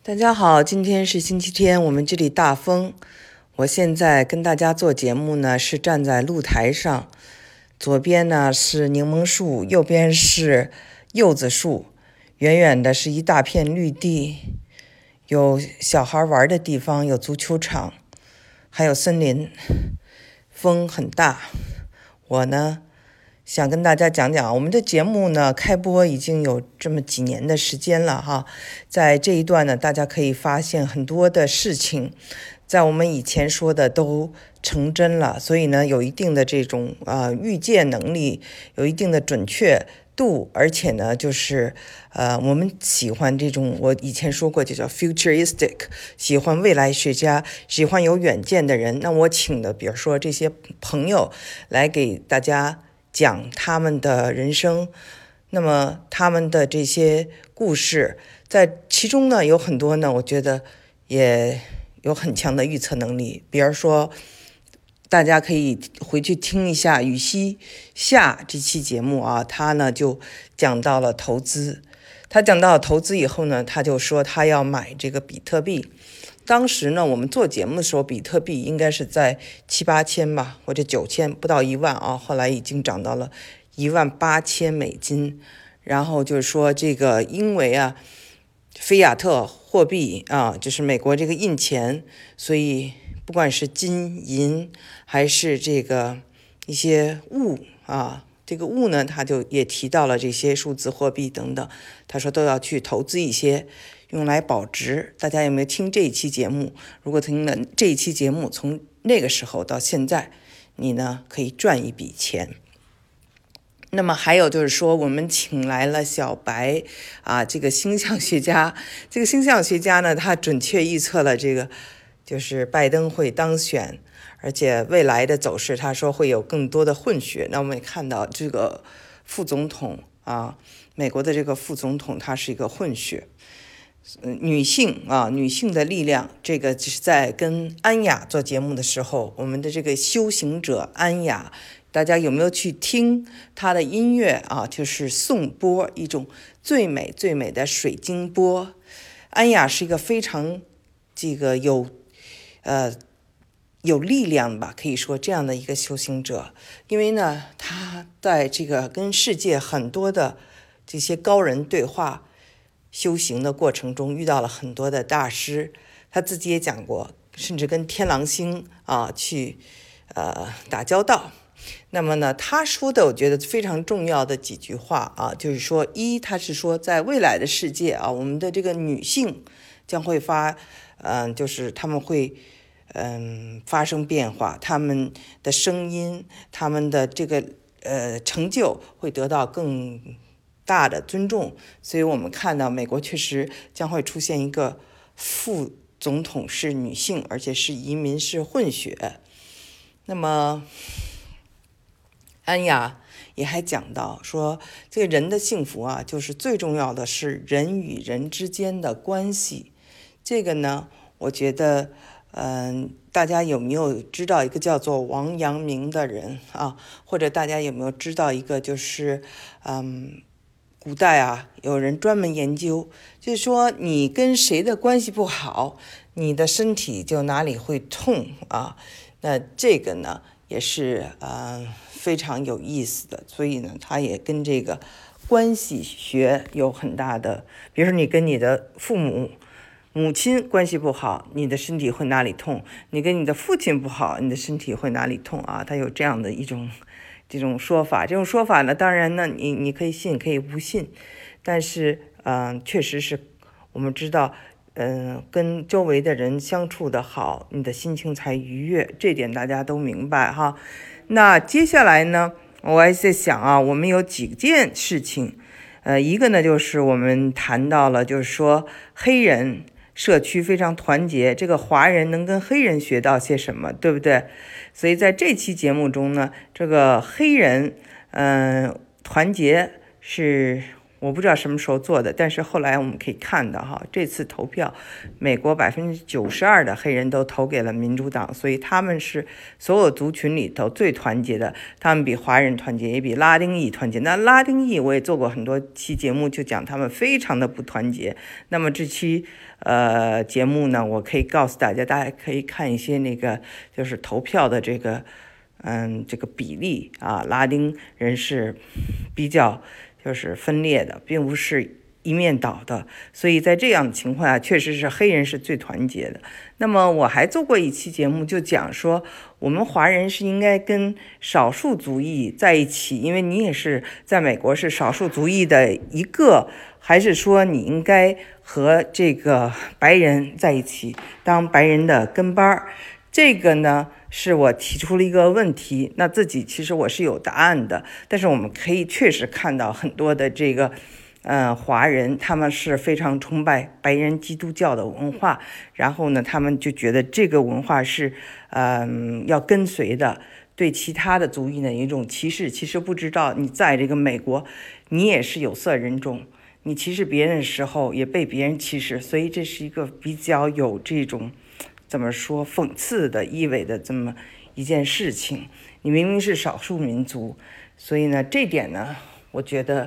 大家好，今天是星期天，我们这里大风。我现在跟大家做节目呢，是站在露台上，左边呢是柠檬树，右边是柚子树，远远的是一大片绿地，有小孩玩的地方，有足球场，还有森林。风很大，我呢想跟大家讲讲我们的节目呢，开播已经有这么几年的时间了哈。在这一段呢，大家可以发现很多的事情，在我们以前说的都成真了，所以呢，有一定的这种预见能力，有一定的准确度，而且呢，就是我们喜欢这种，我以前说过就叫 futuristic， 喜欢未来学家，喜欢有远见的人。那我请的，比如说这些朋友来给大家讲他们的人生，那么他们的这些故事，在其中呢有很多呢，我觉得也有很强的预测能力。比如说，大家可以回去听一下羽西夏这期节目啊，他呢就讲到了投资。他讲到了投资以后呢，他就说他要买这个比特币。当时呢，我们做节目的时候，比特币应该是在7、8千吧，或者9千，不到1万啊。后来已经涨到了18000美金。然后就是说这个，因为菲亚特货币就是美国这个印钱，所以不管是金银还是这个一些物这个物呢，他就也提到了这些数字货币等等，他说都要去投资一些，用来保值。大家有没有听这一期节目？如果听了这一期节目，从那个时候到现在，你呢可以赚一笔钱。那么还有就是说，我们请来了小白这个星象学家。这个星象学家呢，他准确预测了这个就是拜登会当选，而且未来的走势，他说会有更多的混血。那我们也看到这个副总统美国的这个副总统，他是一个混血。女性的力量，这个就是在跟安雅做节目的时候，我们的这个修行者安雅，大家有没有去听她的音乐就是颂钵，一种最美最美的水晶钵。安雅是一个非常这个有力量吧，可以说这样的一个修行者。因为呢，他在这个跟世界很多的这些高人对话修行的过程中，遇到了很多的大师。他自己也讲过，甚至跟天狼星去打交道。那么呢，他说的我觉得非常重要的几句话就是说，他是说在未来的世界我们的这个女性将会就是他们会发生变化，他们的声音，他们的这个成就会得到更大的尊重。所以我们看到美国确实将会出现一个副总统是女性，而且是移民，是混血。那么安雅也还讲到说，这个人的幸福就是最重要的是人与人之间的关系。这个呢，我觉得大家有没有知道一个叫做王阳明的人或者大家有没有知道一个就是古代有人专门研究，就是说你跟谁的关系不好，你的身体就哪里会痛那这个呢也是非常有意思的。所以呢，它也跟这个关系学有很大的，比如说你跟你的母亲关系不好，你的身体会哪里痛；你跟你的父亲不好，你的身体会哪里痛它有这样的一种这种说法。这种说法呢，当然呢，你可以信，可以不信，但是确实是我们知道跟周围的人相处的好，你的心情才愉悦，这点大家都明白哈。那接下来呢，我还在想我们有几件事情，一个呢就是我们谈到了，就是说黑人社区非常团结，这个华人能跟黑人学到些什么，对不对？所以在这期节目中呢，这个黑人团结是我不知道什么时候做的，但是后来我们可以看到这次投票，美国92%的黑人都投给了民主党，所以他们是所有族群里头最团结的。他们比华人团结，也比拉丁裔团结。那拉丁裔我也做过很多期节目，就讲他们非常的不团结。那么这期节目呢，我可以告诉大家，大家可以看一些那个就是投票的这个这个比例啊，拉丁人是比较就是分裂的，并不是一面倒的，所以在这样的情况下，确实是黑人是最团结的。那么我还做过一期节目，就讲说我们华人是应该跟少数族裔在一起，因为你也是在美国是少数族裔的一个，还是说你应该和这个白人在一起，当白人的跟班儿？这个呢，是我提出了一个问题，那自己其实我是有答案的，但是我们可以确实看到很多的这个华人他们是非常崇拜白人基督教的文化，然后呢，他们就觉得这个文化是要跟随的，对其他的族裔的一种歧视。其实不知道你在这个美国，你也是有色人种，你歧视别人的时候也被别人歧视，所以这是一个比较有这种怎么说讽刺的意味的这么一件事情。你明明是少数民族，所以呢，这点呢，我觉得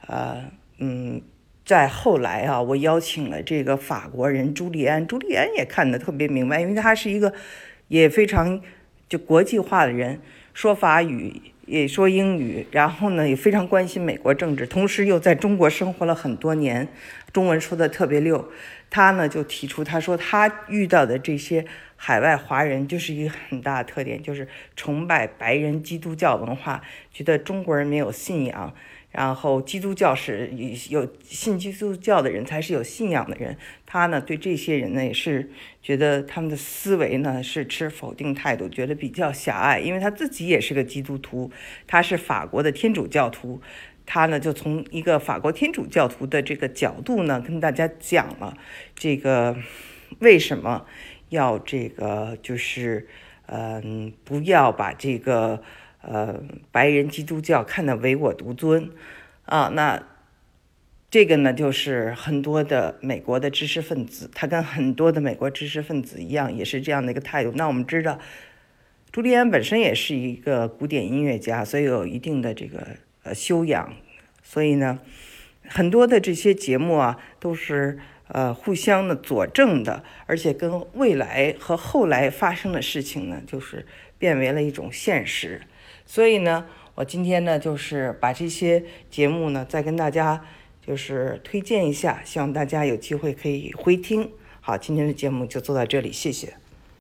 在后来啊，我邀请了这个法国人朱利安，朱利安也看得特别明白，因为他是一个也非常就国际化的人，说法语也说英语，然后呢也非常关心美国政治，同时又在中国生活了很多年，中文说的特别溜。他呢就提出，他说他遇到的这些海外华人就是一个很大的特点，就是崇拜白人基督教文化，觉得中国人没有信仰，然后基督教是有信基督教的人才是有信仰的人。他呢对这些人呢也是觉得他们的思维呢是持否定态度，觉得比较狭隘，因为他自己也是个基督徒，他是法国的天主教徒。他呢就从一个法国天主教徒的这个角度呢跟大家讲了这个为什么要这个就是不要把这个白人基督教看得唯我独尊啊。那这个呢就是很多的美国的知识分子，他跟很多的美国知识分子一样，也是这样的一个态度。那我们知道朱利安本身也是一个古典音乐家，所以有一定的这个修养，所以呢很多的这些节目啊都是互相的佐证的，而且跟未来和后来发生的事情呢就是变为了一种现实。所以呢我今天呢就是把这些节目呢再跟大家就是推荐一下，希望大家有机会可以回听。好，今天的节目就做到这里，谢谢。